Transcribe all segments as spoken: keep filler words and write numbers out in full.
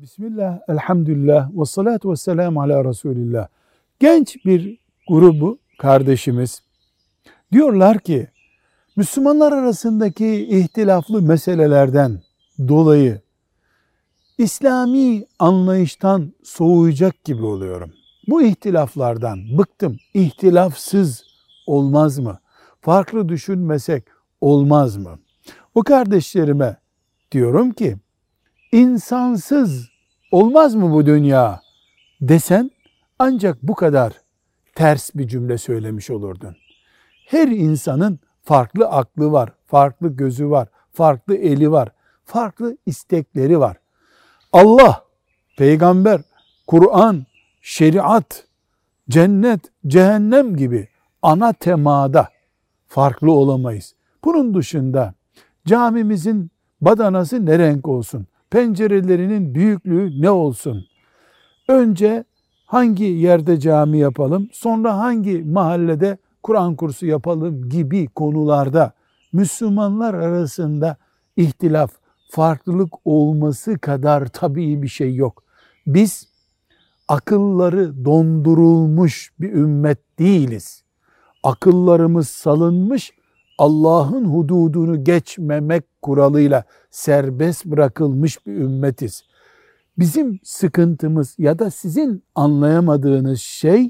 Bismillah, elhamdülillah, ve salatu ve selamu ala Resulillah. Genç bir grubu kardeşimiz diyorlar ki, Müslümanlar arasındaki ihtilaflı meselelerden dolayı İslami anlayıştan soğuyacak gibi oluyorum. Bu ihtilaflardan bıktım. İhtilafsız olmaz mı? Farklı düşünmesek olmaz mı? O kardeşlerime diyorum ki, insansız olmaz mı bu dünya desen ancak bu kadar ters bir cümle söylemiş olurdun. Her insanın farklı aklı var, farklı gözü var, farklı eli var, farklı istekleri var. Allah, peygamber, Kur'an, şeriat, cennet, cehennem gibi ana temada farklı olamayız. Bunun dışında camimizin badanası ne renk olsun? Pencerelerinin büyüklüğü ne olsun? Önce hangi yerde cami yapalım, sonra hangi mahallede Kur'an kursu yapalım gibi konularda Müslümanlar arasında ihtilaf, farklılık olması kadar tabii bir şey yok. Biz akılları dondurulmuş bir ümmet değiliz. Akıllarımız salınmış, Allah'ın hududunu geçmemek kuralıyla serbest bırakılmış bir ümmetiz. Bizim sıkıntımız ya da sizin anlayamadığınız şey,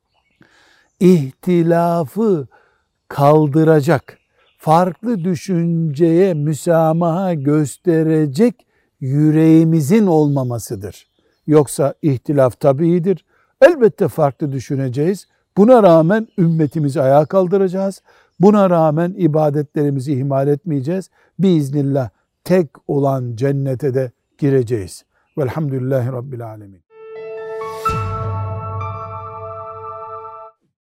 ihtilafı kaldıracak, farklı düşünceye müsamaha gösterecek yüreğimizin olmamasıdır. Yoksa ihtilaf tabiidir. Elbette farklı düşüneceğiz. Buna rağmen ümmetimizi ayağa kaldıracağız. Buna rağmen ibadetlerimizi ihmal etmeyeceğiz. Biiznillah tek olan cennete de gireceğiz. Velhamdülillahi Rabbil Alemin.